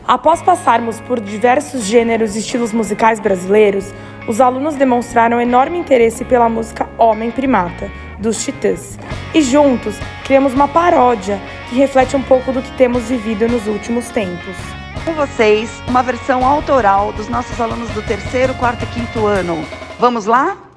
Após passarmos por diversos gêneros e estilos musicais brasileiros, os alunos demonstraram enorme interesse pela música Homem Primata, dos Titãs. E juntos, criamos uma paródia que reflete um pouco do que temos vivido nos últimos tempos. Com vocês, uma versão autoral dos nossos alunos do 3º, 4º e 5º ano. Vamos lá?